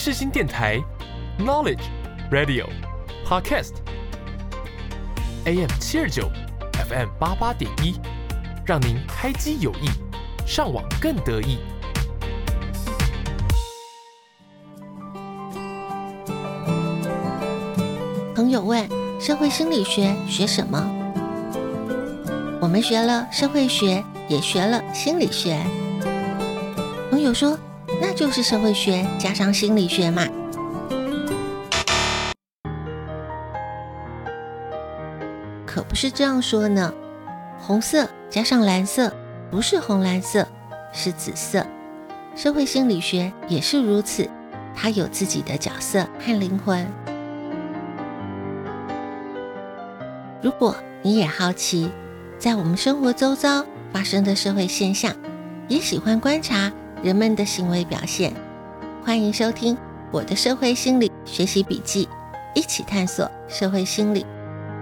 世新电台 Knowledge Radio Podcast AM 729 FM 88.1，让您开机有益，上网更得意。 朋友问：社会心理学学什么？我们学了社会学，也学了心理学。朋友说：那就是社会学加上心理学嘛。可不是这样说呢。红色加上蓝色不是红蓝色，是紫色。社会心理学也是如此，它有自己的角色和灵魂。如果你也好奇在我们生活周遭发生的社会现象，也喜欢观察人们的行为表现，欢迎收听我的社会心理学习笔记，一起探索社会心理。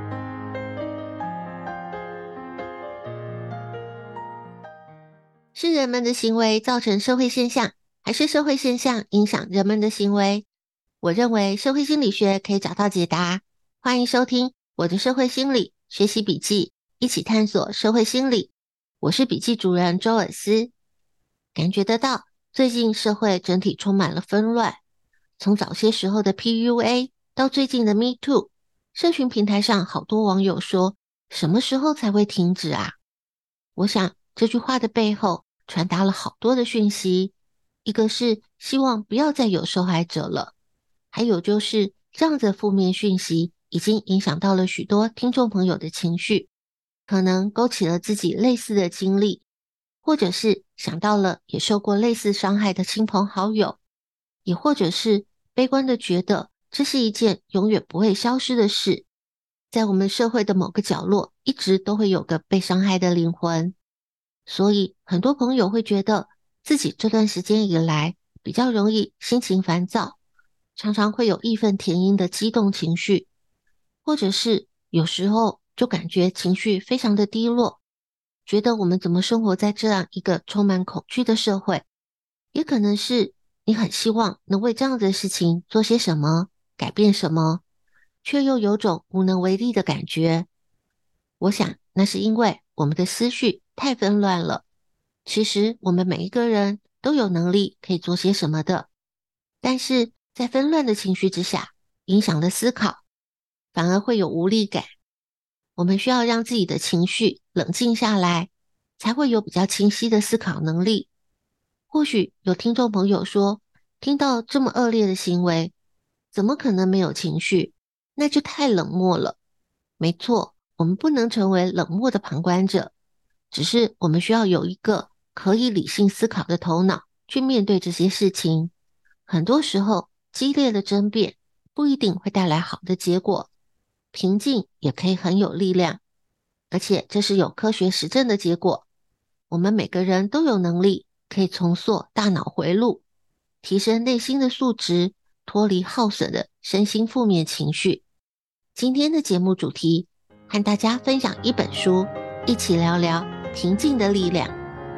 是人们的行为造成社会现象，还是社会现象影响人们的行为？我认为社会心理学可以找到解答。欢迎收听我的社会心理学习笔记，一起探索社会心理。我是笔记主人周尔斯。感觉得到，最近社会整体充满了纷乱，从早些时候的 PUA 到最近的 Me Too， 社群平台上好多网友说，什么时候才会停止啊？我想这句话的背后传达了好多的讯息，一个是希望不要再有受害者了，还有就是这样的负面讯息已经影响到了许多听众朋友的情绪，可能勾起了自己类似的经历，或者是想到了也受过类似伤害的亲朋好友，也或者是悲观的觉得这是一件永远不会消失的事，在我们社会的某个角落一直都会有个被伤害的灵魂。所以很多朋友会觉得自己这段时间以来比较容易心情烦躁，常常会有义愤填膺的激动情绪，或者是有时候就感觉情绪非常的低落，觉得我们怎么生活在这样一个充满恐惧的社会。也可能是你很希望能为这样的事情做些什么，改变什么，却又有种无能为力的感觉。我想那是因为我们的思绪太纷乱了。其实我们每一个人都有能力可以做些什么的，但是在纷乱的情绪之下，影响了思考，反而会有无力感。我们需要让自己的情绪冷静下来，才会有比较清晰的思考能力。或许有听众朋友说，听到这么恶劣的行为，怎么可能没有情绪？那就太冷漠了。没错，我们不能成为冷漠的旁观者，只是我们需要有一个可以理性思考的头脑去面对这些事情。很多时候，激烈的争辩不一定会带来好的结果，平静也可以很有力量，而且这是有科学实证的结果。我们每个人都有能力可以重塑大脑回路，提升内心的素质，脱离耗损的身心负面情绪。今天的节目主题，和大家分享一本书，一起聊聊平静的力量。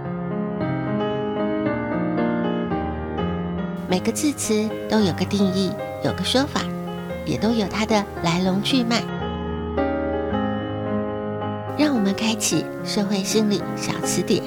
每个字词都有个定义，有个说法，也都有它的来龙去脉。让我们开启社会心理小词典。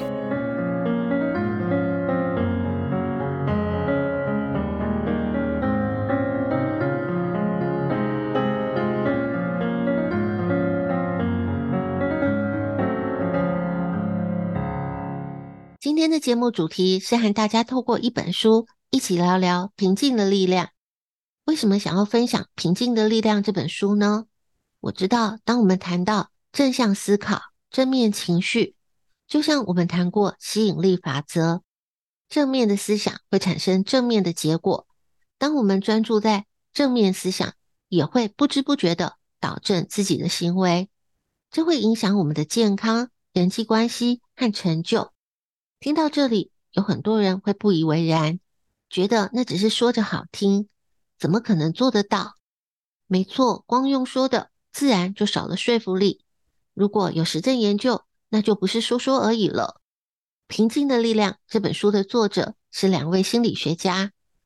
今天的节目主题是和大家透过一本书一起聊聊平静的力量。为什么想要分享《平静的力量》这本书呢？我知道当我们谈到正向思考、正面情绪，就像我们谈过吸引力法则，正面的思想会产生正面的结果。当我们专注在正面思想，也会不知不觉地导正自己的行为，这会影响我们的健康、人际关系和成就。听到这里，有很多人会不以为然，觉得那只是说着好听，怎么可能做得到？没错，光用说的，自然就少了说服力。如果有实证研究，那就不是说说而已了。《平静的力量》这本书的作者是2位心理学家，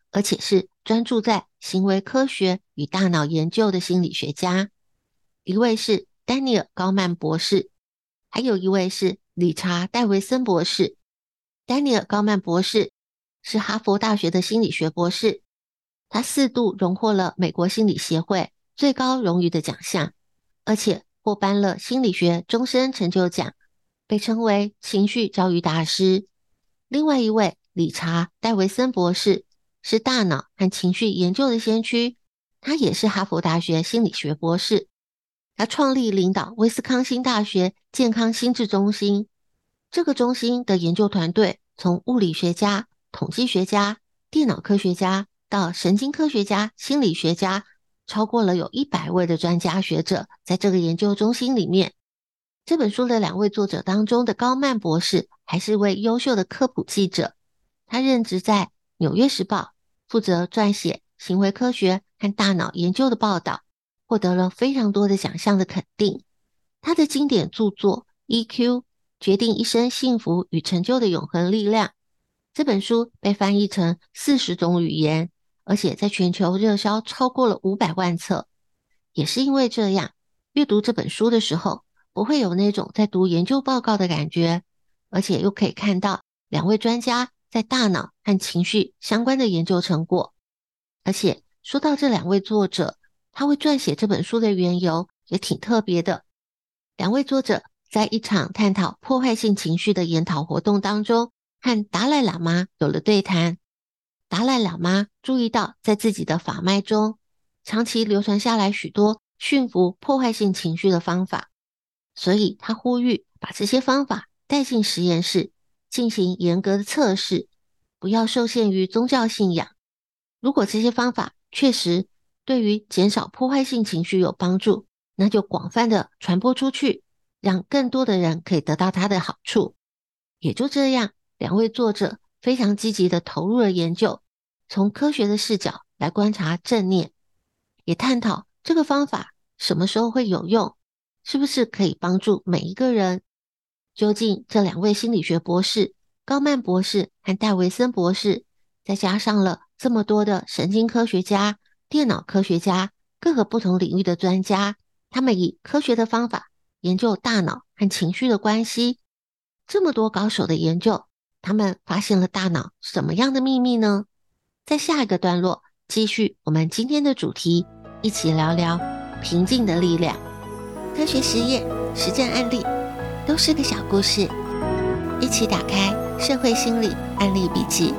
而且是专注在行为科学与大脑研究的心理学家。一位是丹尼尔·高曼博士，还有一位是理查·戴维森博士。丹尼尔·高曼博士是哈佛大学的心理学博士，他4度荣获了美国心理协会最高荣誉的奖项，而且获颁了心理学终身成就奖，被称为情绪教育大师。另外一位理查·戴维森博士是大脑和情绪研究的先驱，他也是哈佛大学心理学博士。他创立领导威斯康星大学健康心智中心，这个中心的研究团队从物理学家、统计学家、电脑科学家到神经科学家、心理学家，超过了有100位的专家学者在这个研究中心里面。这本书的2位作者当中的高曼博士还是位优秀的科普记者，他任职在《纽约时报》，负责撰写行为科学和大脑研究的报道，获得了非常多的奖项的肯定。他的经典著作《EQ 决定一生幸福与成就的永恒力量》这本书被翻译成40种语言，而且在全球热销超过了500万册。也是因为这样，阅读这本书的时候，不会有那种在读研究报告的感觉，而且又可以看到2位专家在大脑和情绪相关的研究成果。而且说到这2位作者，他会撰写这本书的缘由也挺特别的。2位作者在一场探讨破坏性情绪的研讨活动当中，和达赖喇嘛有了对谈。达赖喇嘛注意到在自己的法脉中，长期流传下来许多驯服破坏性情绪的方法，所以他呼吁把这些方法带进实验室，进行严格的测试，不要受限于宗教信仰。如果这些方法确实对于减少破坏性情绪有帮助，那就广泛的传播出去，让更多的人可以得到它的好处。也就这样，2位作者非常积极的投入了研究，从科学的视角来观察正念，也探讨这个方法什么时候会有用，是不是可以帮助每一个人。究竟这2位心理学博士，高曼博士和戴维森博士，再加上了这么多的神经科学家、电脑科学家，各个不同领域的专家，他们以科学的方法研究大脑和情绪的关系。这么多高手的研究，他们发现了大脑什么样的秘密呢？在下一个段落，继续我们今天的主题，一起聊聊平静的力量。科学实验、实战案例，都是个小故事。一起打开社会心理案例笔记。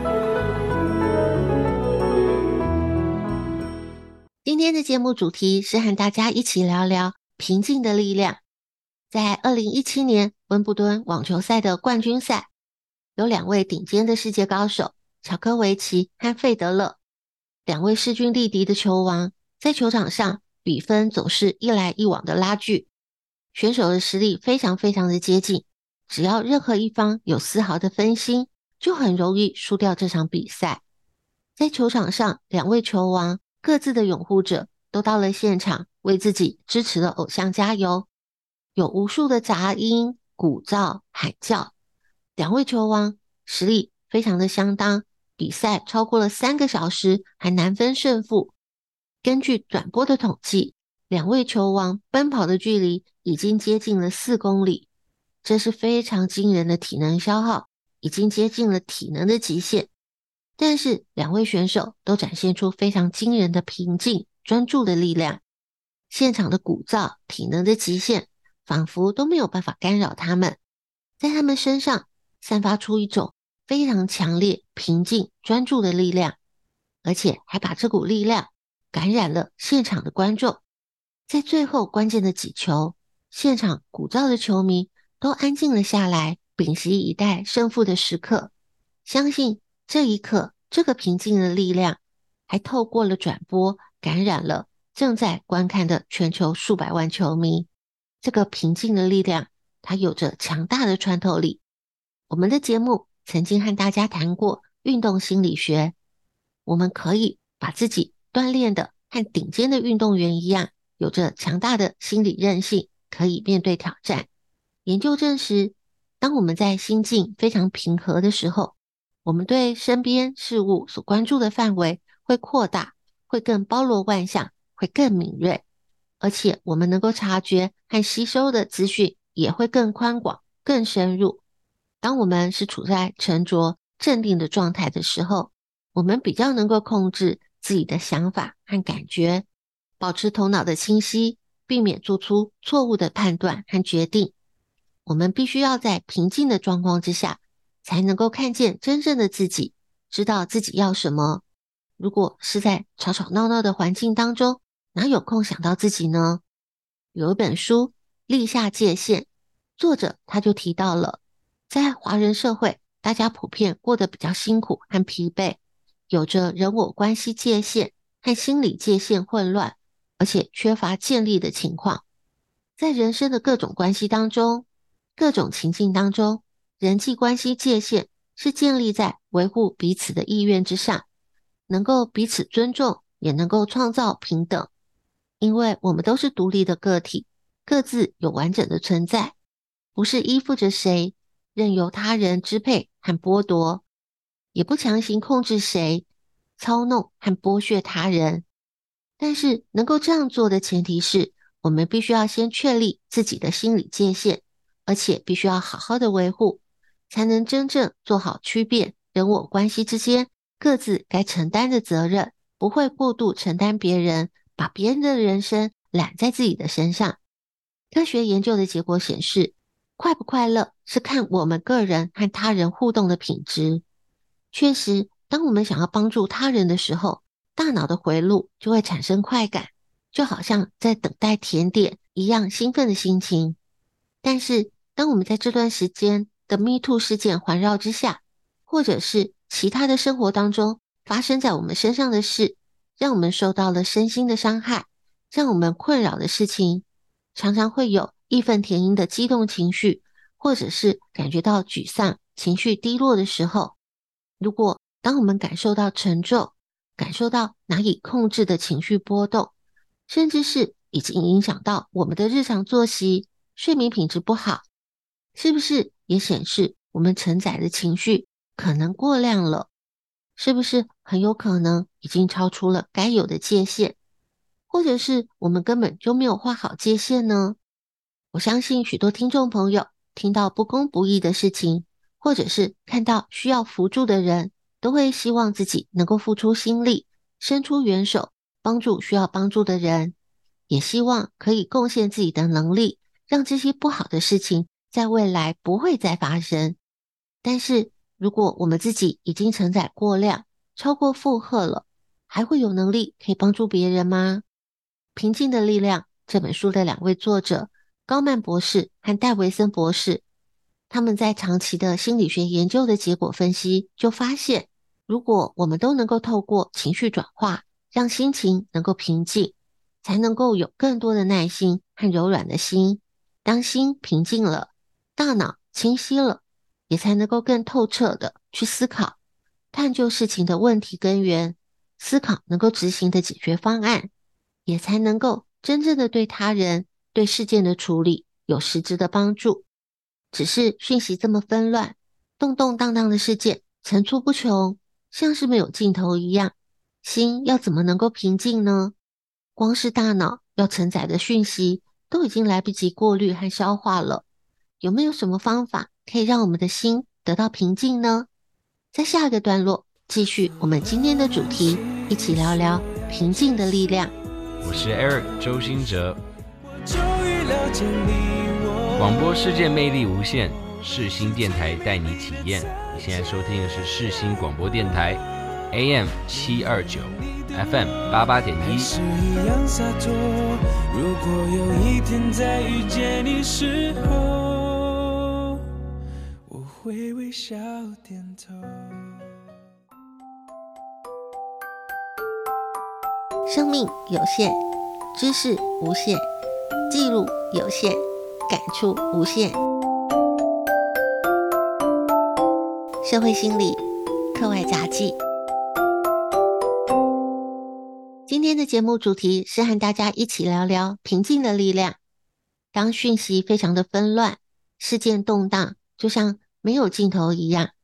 今天的节目主题是和大家一起聊聊平静的力量。在2017年温布顿网球赛的冠军赛，有2位顶尖的世界高手，乔科维奇和费德勒，2位势均力敌的球王，在球场上比分总是一来一往的拉锯，选手的实力非常非常的接近，只要任何一方有丝毫的分心，就很容易输掉这场比赛。在球场上，2位球王各自的拥护者都到了现场，为自己支持的偶像加油，有无数的杂音、鼓噪、喊叫。2位球王实力非常的相当，比赛超过了3个小时，还难分胜负。根据转播的统计，2位球王奔跑的距离已经接近了4公里，这是非常惊人的体能消耗，已经接近了体能的极限。但是2位选手都展现出非常惊人的平静、专注的力量。现场的鼓噪、体能的极限，仿佛都没有办法干扰他们，在他们身上散发出一种非常强烈、平静、专注的力量，而且还把这股力量感染了现场的观众。在最后关键的几球，现场鼓噪的球迷都安静了下来，屏息以待胜负的时刻。相信这一刻，这个平静的力量还透过了转播感染了正在观看的全球数百万球迷。这个平静的力量，它有着强大的穿透力。我们的节目曾经和大家谈过运动心理学，我们可以把自己锻炼的和顶尖的运动员一样，有着强大的心理韧性，可以面对挑战。研究证实，当我们在心境非常平和的时候， 我们对身边事物所关注的范围会扩大，会更包罗万象，会更敏锐，而且我们能够察觉和吸收的资讯也会更宽广、更深入。当我们是处在沉着、镇定的状态的时候，我们比较能够控制自己的想法和感觉，保持头脑的清晰，避免做出错误的判断和决定。我们必须要在平静的状况之下，才能够看见真正的自己，知道自己要什么。如果是在吵吵闹闹的环境当中，哪有空想到自己呢？有一本书《立下界限》，作者他就提到了，在华人社会，大家普遍过得比较辛苦和疲惫，有着人我关系界限和心理界限混乱，而且缺乏建立的情况。在人生的各种关系当中，各种情境当中，人际关系界限是建立在维护彼此的意愿之上，能够彼此尊重，也能够创造平等。因为我们都是独立的个体，各自有完整的存在，不是依附着谁，任由他人支配和剥夺，也不强行控制谁，操弄和剥削他人。但是能够这样做的前提是，我们必须要先确立自己的心理界限，而且必须要好好的维护，才能真正做好区别人我关系之间各自该承担的责任，不会过度承担别人，把别人的人生揽在自己的身上。科学研究的结果显示，快不快乐是看我们个人和他人互动的品质。确实，当我们想要帮助他人的时候，大脑的回路就会产生快感，就好像在等待甜点一样兴奋的心情。但是，当我们在这段时间的 Me Too 事件环绕之下，或者是其他的生活当中发生在我们身上的事，让我们受到了身心的伤害，让我们困扰的事情，常常会有义愤填膺的激动情绪，或者是感觉到沮丧、情绪低落的时候，如果当我们感受到沉重，感受到难以控制的情绪波动，甚至是已经影响到我们的日常作息、睡眠品质不好，是不是也显示我们承载的情绪可能过量了？是不是很有可能已经超出了该有的界限？或者是我们根本就没有画好界限呢？我相信许多听众朋友听到不公不义的事情，或者是看到需要扶助的人，都会希望自己能够付出心力，伸出援手，帮助需要帮助的人，也希望可以贡献自己的能力，让这些不好的事情在未来不会再发生。但是如果我们自己已经承载过量，超过负荷了，还会有能力可以帮助别人吗？《平静的力量》这本书的两位作者高曼博士和戴维森博士，他们在长期的心理学研究的结果分析，就发现，如果我们都能够透过情绪转化，让心情能够平静，才能够有更多的耐心和柔软的心。当心平静了，大脑清晰了，也才能够更透彻的去思考，探究事情的问题根源，思考能够执行的解决方案，也才能够真正的对他人、对事件的处理有实质的帮助。只是讯息这么纷乱，动动荡荡的事件层出不穷，像是没有尽头一样，心要怎么能够平静呢？光是大脑要承载的讯息都已经来不及过滤和消化了，有没有什么方法可以让我们的心得到平静呢？在下一个段落继续我们今天的主题，一起聊聊平静的力量。 我是 Eric 周兴哲。广播世界魅力无限，世新电台带你体验。你现在收听的是世新广播电台 AM 729 FM 88.1。 是一样洒脱，如果有一天再遇见你时候，我会微笑点头。 生命有限，知识无限，记录有限，感触无限。社会心理课外杂记。今天的节目主题是和大家一起聊聊平静的力量。当讯息非常的纷乱，事件动荡，就像没有尽头一样，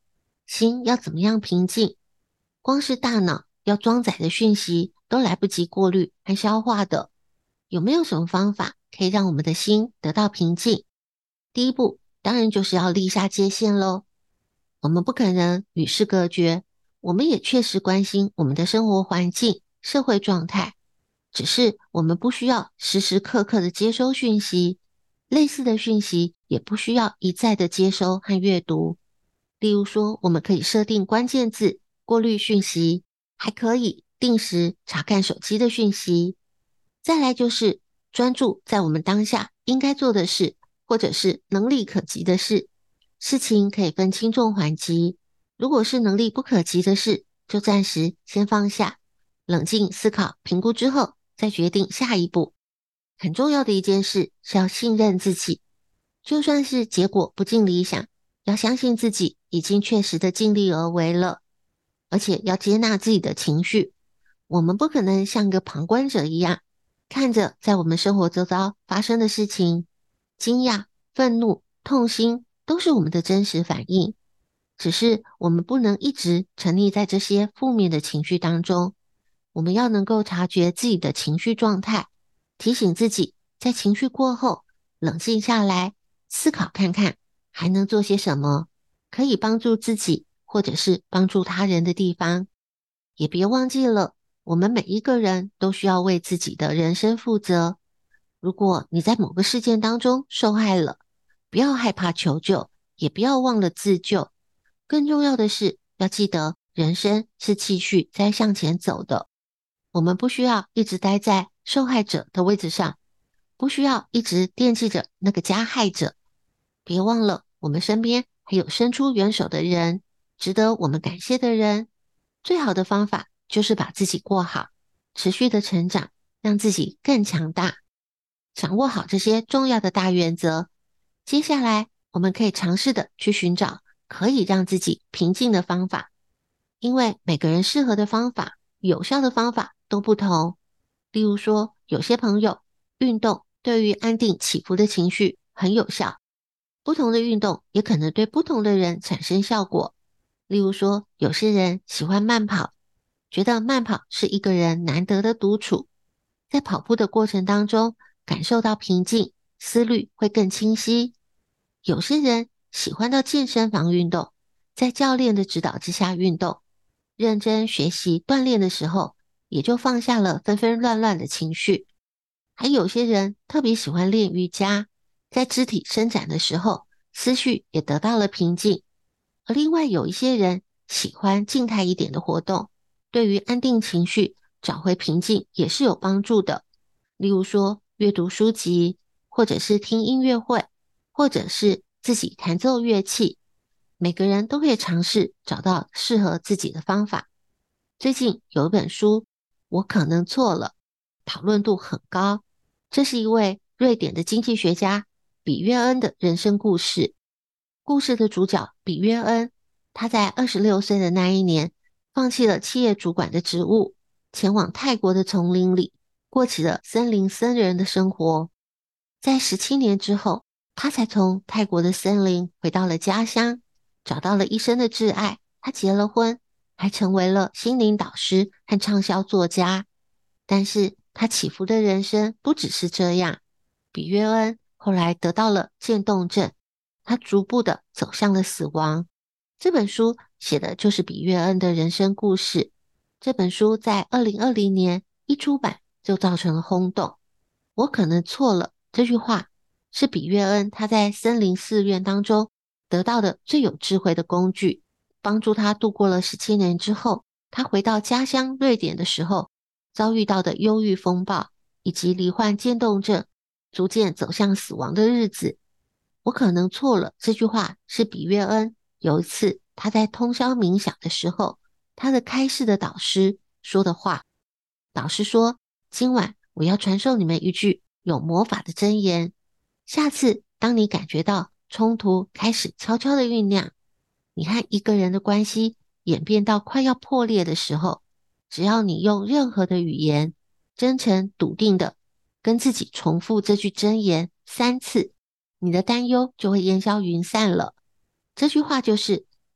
心要怎么样平静？光是大脑要装载的讯息都来不及过滤和消化的，有没有什么方法可以让我们的心得到平静？第一步，当然就是要立下界限咯。我们不可能与世隔绝，我们也确实关心我们的生活环境、社会状态，只是我们不需要时时刻刻的接收讯息，类似的讯息也不需要一再的接收和阅读。例如说，我们可以设定关键字，过滤讯息，还可以定时查看手机的讯息。再来就是专注在我们当下应该做的事，或者是能力可及的事。事情可以分轻重缓急，如果是能力不可及的事，就暂时先放下，冷静思考评估之后再决定下一步。很重要的一件事是要信任自己，就算是结果不尽理想，要相信自己已经确实的尽力而为了，而且要接纳自己的情绪。我们不可能像个旁观者一样，看着在我们生活周遭发生的事情，惊讶、愤怒、痛心都是我们的真实反应，只是我们不能一直沉溺在这些负面的情绪当中。我们要能够察觉自己的情绪状态，提醒自己在情绪过后冷静下来，思考看看还能做些什么可以帮助自己或者是帮助他人的地方。也别忘记了，我们每一个人都需要为自己的人生负责。如果你在某个事件当中受害了，不要害怕求救，也不要忘了自救。更重要的是，要记得人生是继续在向前走的。我们不需要一直待在受害者的位置上，不需要一直惦记着那个加害者。别忘了，我们身边还有伸出援手的人，值得我们感谢的人。最好的方法就是把自己过好，持续的成长，让自己更强大。掌握好这些重要的大原则，接下来我们可以尝试的去寻找可以让自己平静的方法，因为每个人适合的方法、有效的方法都不同。例如说，有些朋友运动对于安定起伏的情绪很有效，不同的运动也可能对不同的人产生效果。例如说，有些人喜欢慢跑，觉得慢跑是一个人难得的独处，在跑步的过程当中感受到平静，思虑会更清晰。有些人喜欢到健身房运动，在教练的指导之下运动，认真学习锻炼的时候，也就放下了纷纷乱乱的情绪。还有些人特别喜欢练瑜伽，在肢体伸展的时候，思绪也得到了平静。而另外有一些人喜欢静态一点的活动，对于安定情绪、找回平静也是有帮助的。例如说，阅读书籍，或者是听音乐会，或者是自己弹奏乐器。每个人都可以尝试找到适合自己的方法。最近有一本书，我可能错了，讨论度很高。这是一位瑞典的经济学家比约恩的人生故事。故事的主角比约恩，他在26岁的那一年，放弃了企业主管的职务，前往泰国的丛林里，过起了森林僧人的生活。在17年之后，他才从泰国的森林回到了家乡，找到了一生的挚爱，他结了婚，还成为了心灵导师和畅销作家。但是他起伏的人生不只是这样，比约恩后来得到了渐冻症，他逐步的走向了死亡。这本书写的就是比约恩的人生故事。这本书在2020年一出版就造成了轰动。我可能错了，这句话是比约恩他在森林寺院当中得到的最有智慧的工具，帮助他度过了17年之后，他回到家乡瑞典的时候遭遇到的忧郁风暴，以及罹患渐冻症，逐渐走向死亡的日子。我可能错了，这句话是比约恩有一次他在通宵冥想的时候，他的开示的导师说的话。导师说，今晚我要传授你们一句有魔法的箴言，下次当你感觉到冲突开始悄悄的酝酿，你和一个人的关系演变到快要破裂的时候，只要你用任何的语言，真诚笃定的跟自己重复这句箴言3次，你的担忧就会烟消云散了。这句话就是，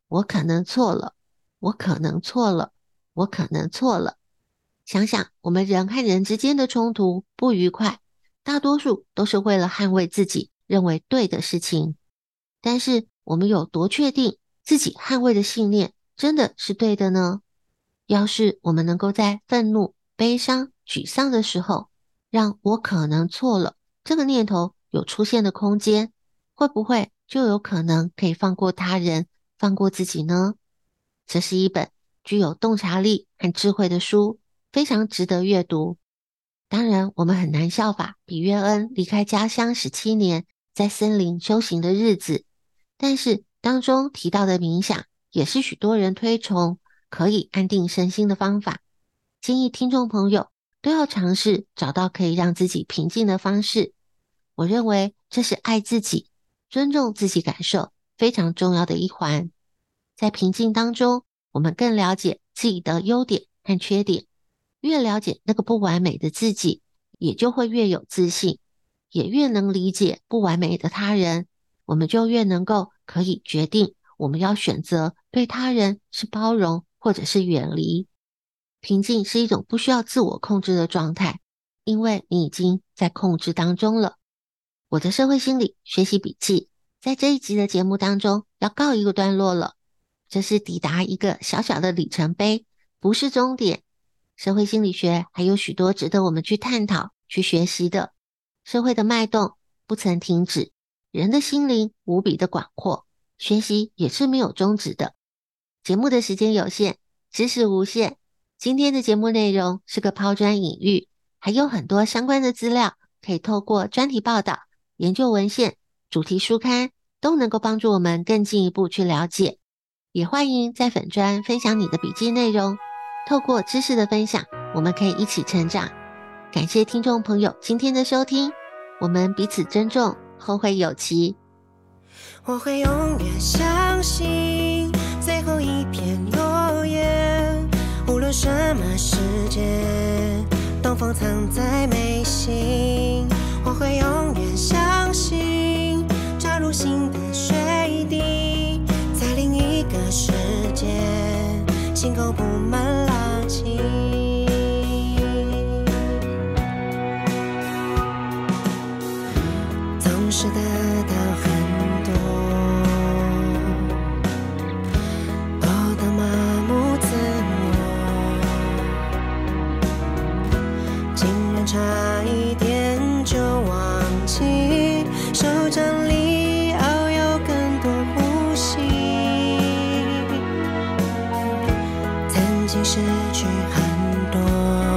我可能错了，我可能错了，我可能错了。想想我们人和人之间的冲突、不愉快，大多数都是为了捍卫自己认为对的事情。但是我们有多确定自己捍卫的信念真的是对的呢？要是我们能够在愤怒、悲伤、沮丧的时候，让我可能错了这个念头有出现的空间，会不会就有可能可以放过他人、放过自己呢？这是一本具有洞察力和智慧的书，非常值得阅读。当然，我们很难效法比约恩离开家乡17年，在森林修行的日子，但是当中提到的冥想，也是许多人推崇可以安定身心的方法。建议听众朋友都要尝试找到可以让自己平静的方式。我认为这是爱自己、尊重自己感受非常重要的一环。在平静当中，我们更了解自己的优点和缺点，越了解那个不完美的自己，也就会越有自信，也越能理解不完美的他人，我们就越能够可以决定我们要选择对他人是包容或者是远离。平静是一种不需要自我控制的状态，因为你已经在控制当中了。我的社会心理学习笔记在这一集的节目当中要告一个段落了，这是抵达一个小小的里程碑，不是终点。社会心理学还有许多值得我们去探讨、去学习的。社会的脉动不曾停止，人的心灵无比的广阔，学习也是没有终止的。节目的时间有限，知识无限。今天的节目内容是个抛砖引玉，还有很多相关的资料可以透过专题报道、研究文献、主题书刊都能够帮助我们更进一步去了解。也欢迎在粉专分享你的笔记内容，透过知识的分享，我们可以一起成长。感谢听众朋友今天的收听，我们彼此珍重，后会有期。 我会永远相信最后一片落叶，无论什么时间，东风藏在眉心。我会永远相信扎入心的水滴，在另一个世界，心口布满浪迹。总是得到很多，多到麻木自我，竟然差一点就忘记手掌里要有更多呼吸。曾经失去很多，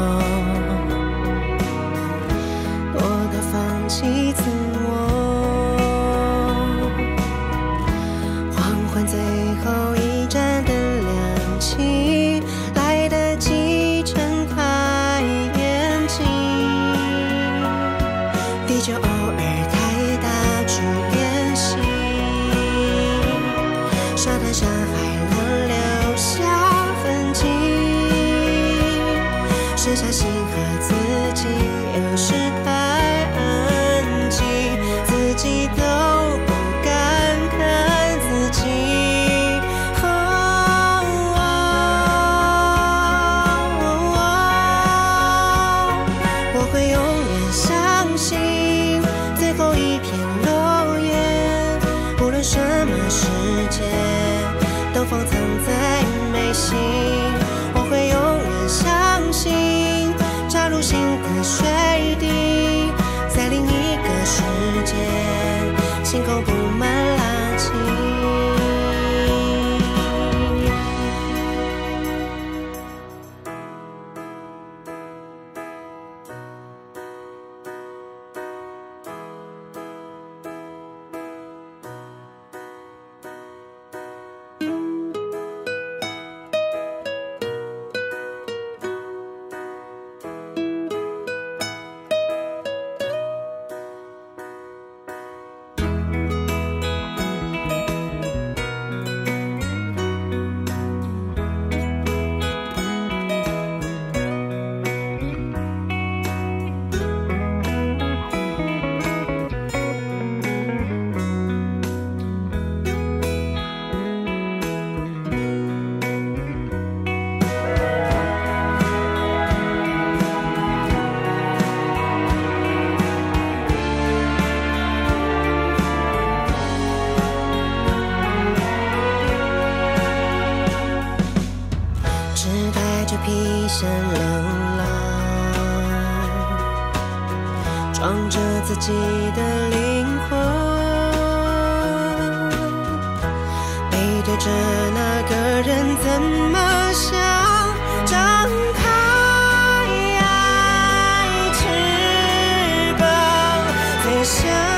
多到放弃自我。最后一盏灯亮起，来得及睁开眼睛。地球偶尔太大去练习，沙滩上海浪留下痕迹，剩下心和自己，有时太安静，自己都不敢看自己。东风藏在眉心，我会永远相信扎入心的水滴，在另一个世界，心口布满垃圾。 带着皮箱流浪，装着自己的灵魂，背对着那个人怎么想，张开翅膀飞翔。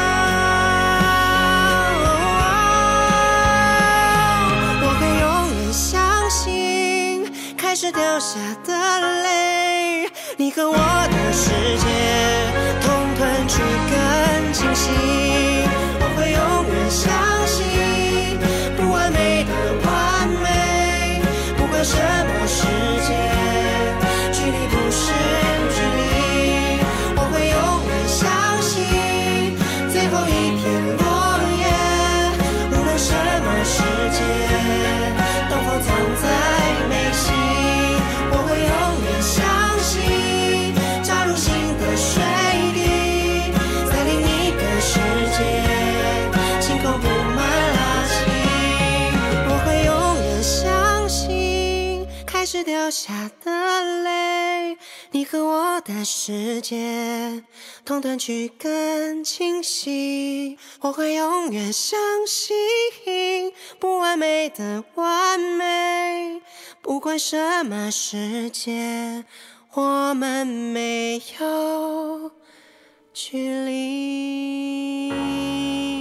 开始掉下的泪，你和我的世界同吞去更清晰。我会永远相信不完美的完美，不管什么世界，距离不是距离。我会永远相信最后一片落叶，无论什么世界，东风藏在眉心。我会永远相信，扎入心的水滴，在另一个世界，星空布满垃圾。我会永远相信，开始掉下的泪，你和我的世界，同吞去更清晰。我会永远相信，不完美的完美，不管什么世界，我们没有距离。